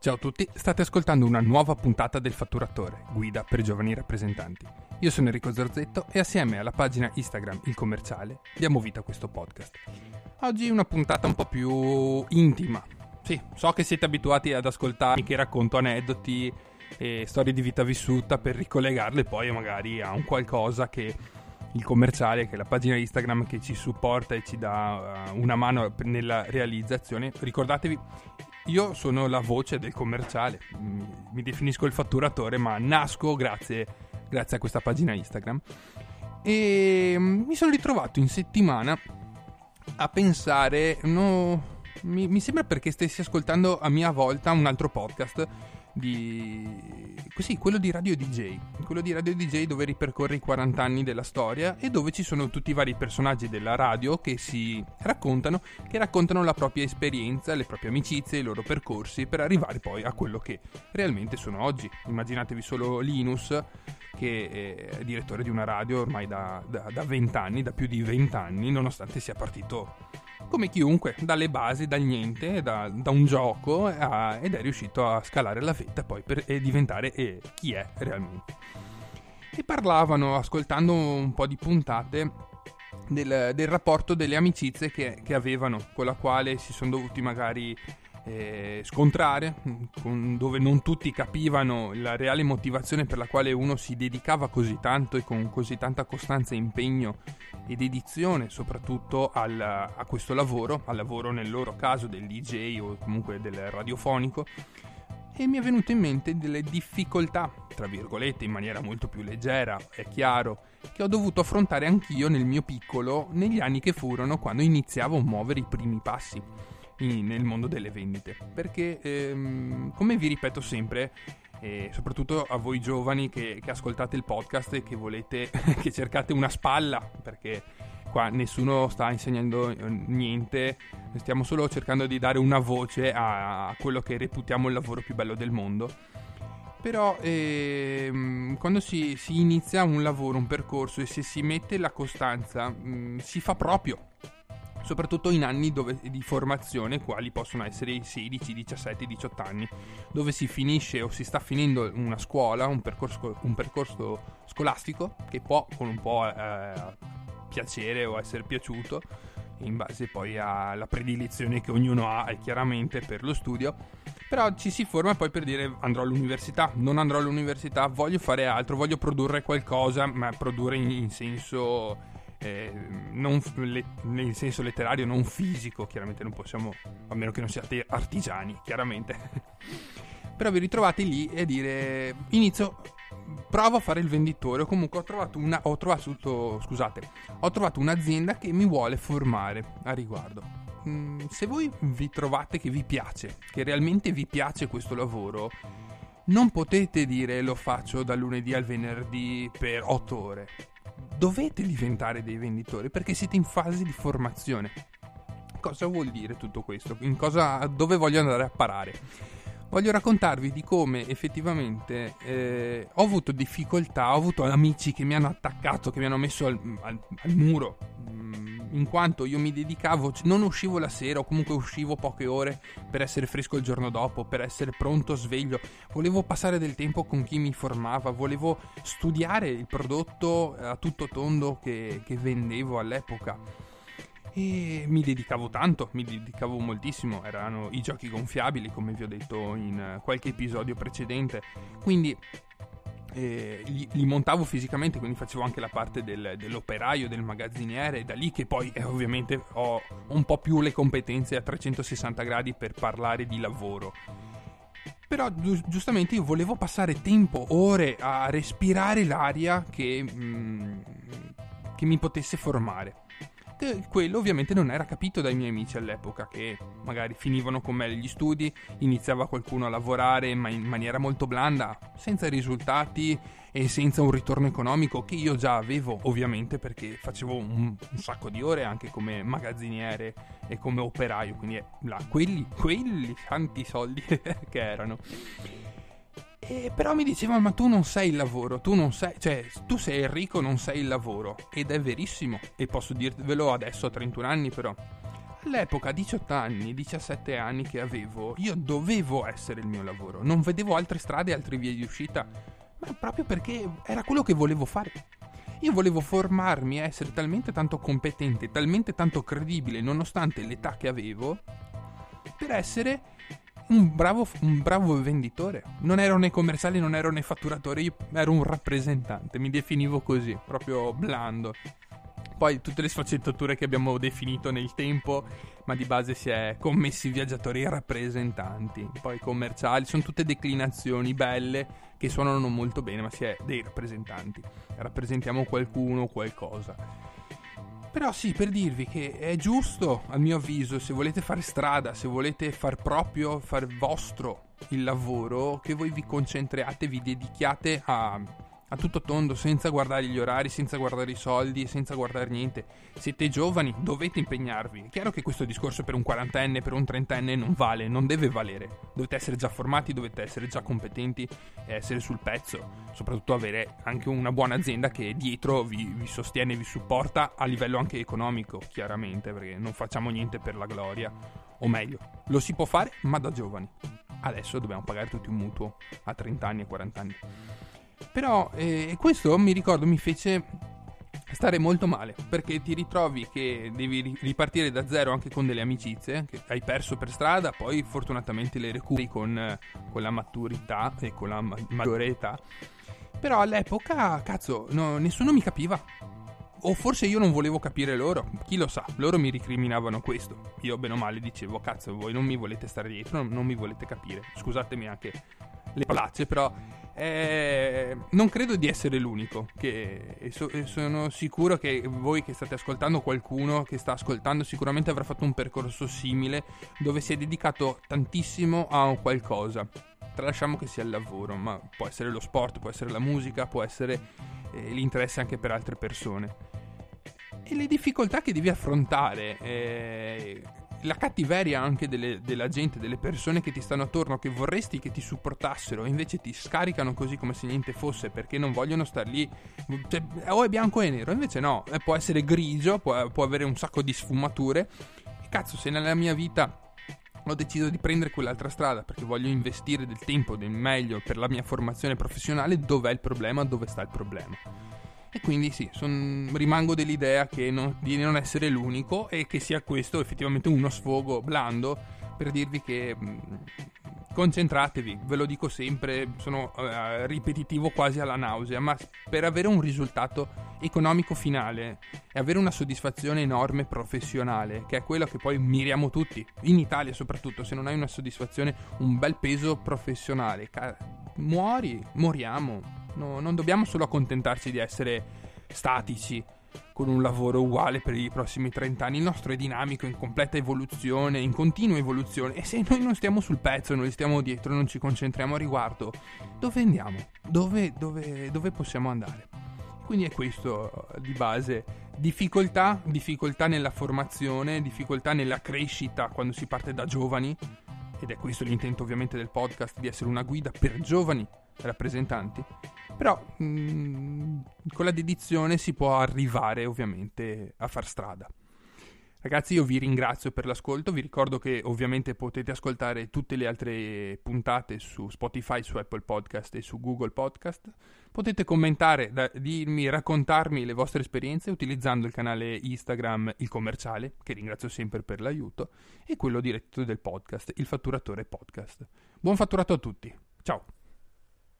Ciao a tutti, state ascoltando una nuova puntata del Fatturatore, guida per giovani rappresentanti. Io sono Enrico Zorzetto e assieme alla pagina Instagram Il Commerciale diamo vita a questo podcast. Oggi una puntata un po' più intima. Sì, so che siete abituati ad ascoltarmi che racconto aneddoti e storie di vita vissuta per ricollegarle poi magari a un qualcosa che Il Commerciale, che è la pagina Instagram che ci supporta e ci dà una mano nella realizzazione. Ricordatevi, io sono la voce del Commerciale, mi definisco il fatturatore, ma nasco grazie a questa pagina Instagram. E mi sono ritrovato in settimana a pensare, mi sembra perché stessi ascoltando a mia volta un altro podcast quello di Radio DJ, dove ripercorre i 40 anni della storia e dove ci sono tutti i vari personaggi della radio che raccontano la propria esperienza, le proprie amicizie, i loro percorsi per arrivare poi a quello che realmente sono oggi. Immaginatevi solo Linus, che è direttore di una radio ormai da 20 anni, da più di 20 anni, nonostante sia partito come chiunque, dalle basi, dal niente, da un gioco, ed è riuscito a scalare la vetta poi per diventare chi è realmente. E parlavano, ascoltando un po' di puntate, del rapporto delle amicizie che avevano, con la quale si sono dovuti magari scontrare, dove non tutti capivano la reale motivazione per la quale uno si dedicava così tanto e con così tanta costanza e impegno e dedizione soprattutto a questo lavoro, al lavoro nel loro caso del DJ o comunque del radiofonico. E mi è venuto in mente delle difficoltà, tra virgolette, in maniera molto più leggera, è chiaro, che ho dovuto affrontare anch'io nel mio piccolo negli anni che furono quando iniziavo a muovere i primi passi nel mondo delle vendite. Perché, come vi ripeto sempre, soprattutto a voi giovani che ascoltate il podcast e che volete, che cercate una spalla, perché qua nessuno sta insegnando niente, stiamo solo cercando di dare una voce a quello che reputiamo il lavoro più bello del mondo. Però quando si inizia un lavoro, un percorso, e se si mette la costanza, si fa proprio, soprattutto in anni di formazione, quali possono essere i 16, 17, 18 anni, dove si finisce o si sta finendo una scuola, un percorso scolastico che può con un po' piacere o essere piaciuto, in base poi alla predilezione che ognuno ha chiaramente per lo studio. Però ci si forma poi per dire: andrò all'università, non andrò all'università, voglio fare altro, voglio produrre qualcosa, ma produrre in senso nel senso letterario, non fisico. Chiaramente non possiamo, a meno che non siate artigiani, chiaramente. Però vi ritrovate lì e dire: provo a fare il venditore, o comunque ho trovato un'azienda che mi vuole formare a riguardo. Se voi vi trovate che vi piace, che realmente vi piace questo lavoro, non potete dire: lo faccio dal lunedì al venerdì per 8 ore. Dovete diventare dei venditori, perché siete in fase di formazione. Cosa vuol dire tutto questo? Dove voglio andare a parare? Voglio raccontarvi di come effettivamente ho avuto difficoltà, ho avuto amici che mi hanno attaccato, che mi hanno messo al muro, in quanto io mi dedicavo, non uscivo la sera, o comunque uscivo poche ore per essere fresco il giorno dopo, per essere pronto, sveglio. Volevo passare del tempo con chi mi formava, volevo studiare il prodotto a tutto tondo che vendevo all'epoca. E mi dedicavo moltissimo, erano i giochi gonfiabili, come vi ho detto in qualche episodio precedente, quindi li montavo fisicamente, quindi facevo anche la parte dell'operaio, del magazziniere, e da lì che poi ovviamente ho un po' più le competenze a 360 gradi per parlare di lavoro. Però giustamente io volevo passare tempo, ore, a respirare l'aria che mi potesse formare. Quello ovviamente non era capito dai miei amici all'epoca, che magari finivano con me gli studi, iniziava qualcuno a lavorare ma in maniera molto blanda, senza risultati e senza un ritorno economico che io già avevo, ovviamente, perché facevo un sacco di ore anche come magazziniere e come operaio, quindi quelli tanti soldi che erano. Però mi dicevano: ma tu non sei il lavoro, tu sei Enrico, non sei il lavoro. Ed è verissimo, e posso dirvelo adesso a 31 anni, però All'epoca, 18 anni, 17 anni che avevo, io dovevo essere il mio lavoro. Non vedevo altre strade, altre vie di uscita, ma proprio perché era quello che volevo fare. Io volevo formarmi a essere talmente tanto competente, talmente tanto credibile, nonostante l'età che avevo, per essere un bravo venditore. Non ero né commerciale, non ero né fatturatore, io ero un rappresentante, mi definivo così, proprio blando. Poi tutte le sfaccettature che abbiamo definito nel tempo, ma di base si è commessi viaggiatori e rappresentanti. Poi commerciali, sono tutte declinazioni belle che suonano molto bene, ma si è dei rappresentanti. Rappresentiamo qualcuno o qualcosa. Però sì, per dirvi che è giusto, a mio avviso, se volete fare strada, se volete far proprio, far vostro il lavoro, che voi vi concentriate, vi dedichiate a tutto tondo, senza guardare gli orari, senza guardare i soldi, senza guardare niente. Siete giovani, dovete impegnarvi. È chiaro che questo discorso per un quarantenne, per un trentenne non vale, non deve valere. Dovete essere già formati, dovete essere già competenti e essere sul pezzo. Soprattutto avere anche una buona azienda che dietro vi sostiene, vi supporta a livello anche economico, chiaramente, perché non facciamo niente per la gloria. O meglio, lo si può fare, ma da giovani. Adesso dobbiamo pagare tutti un mutuo a 30 anni e 40 anni. Però questo mi ricordo mi fece stare molto male, perché ti ritrovi che devi ripartire da zero anche con delle amicizie che hai perso per strada, poi fortunatamente le recuperi con la maturità e con la maggiore età. Però all'epoca, cazzo, no, nessuno mi capiva. O forse io non volevo capire loro, chi lo sa, loro mi ricriminavano questo. Io bene o male dicevo, cazzo, voi non mi volete stare dietro, non mi volete capire. Scusatemi anche le parolacce, però non credo di essere l'unico e sono sicuro che voi che state ascoltando, qualcuno che sta ascoltando sicuramente avrà fatto un percorso simile dove si è dedicato tantissimo a un qualcosa. Tralasciamo che sia il lavoro, ma può essere lo sport, può essere la musica, può essere l'interesse anche per altre persone. E le difficoltà che devi affrontare, la cattiveria anche della gente, delle persone che ti stanno attorno, che vorresti che ti supportassero e invece ti scaricano così come se niente fosse, perché non vogliono star lì, cioè, o è bianco e nero, invece no, può essere grigio, può avere un sacco di sfumature. E cazzo, se nella mia vita ho deciso di prendere quell'altra strada perché voglio investire del tempo, del meglio per la mia formazione professionale, dov'è il problema, dove sta il problema? E quindi sì, rimango dell'idea che di non essere l'unico e che sia questo effettivamente uno sfogo blando per dirvi che concentratevi, ve lo dico sempre, sono ripetitivo quasi alla nausea, ma per avere un risultato economico finale e avere una soddisfazione enorme professionale, che è quello che poi miriamo tutti, in Italia soprattutto, se non hai una soddisfazione, un bel peso professionale, moriamo. No, non dobbiamo solo accontentarci di essere statici con un lavoro uguale per i prossimi 30 anni. Il nostro è dinamico, in completa evoluzione, in continua evoluzione, e se noi non stiamo sul pezzo, non li stiamo dietro, non ci concentriamo a riguardo, dove andiamo? Dove possiamo andare? Quindi è questo di base. Difficoltà nella formazione, difficoltà nella crescita quando si parte da giovani, ed è questo l'intento ovviamente del podcast, di essere una guida per giovani rappresentanti. Però con la dedizione si può arrivare ovviamente a far strada. Ragazzi, io vi ringrazio per l'ascolto, vi ricordo che ovviamente potete ascoltare tutte le altre puntate su Spotify, su Apple Podcast e su Google Podcast. Potete commentare, dirmi, raccontarmi le vostre esperienze utilizzando il canale Instagram Il Commerciale, che ringrazio sempre per l'aiuto, e quello diretto del podcast, Il Fatturatore Podcast. Buon fatturato a tutti, ciao!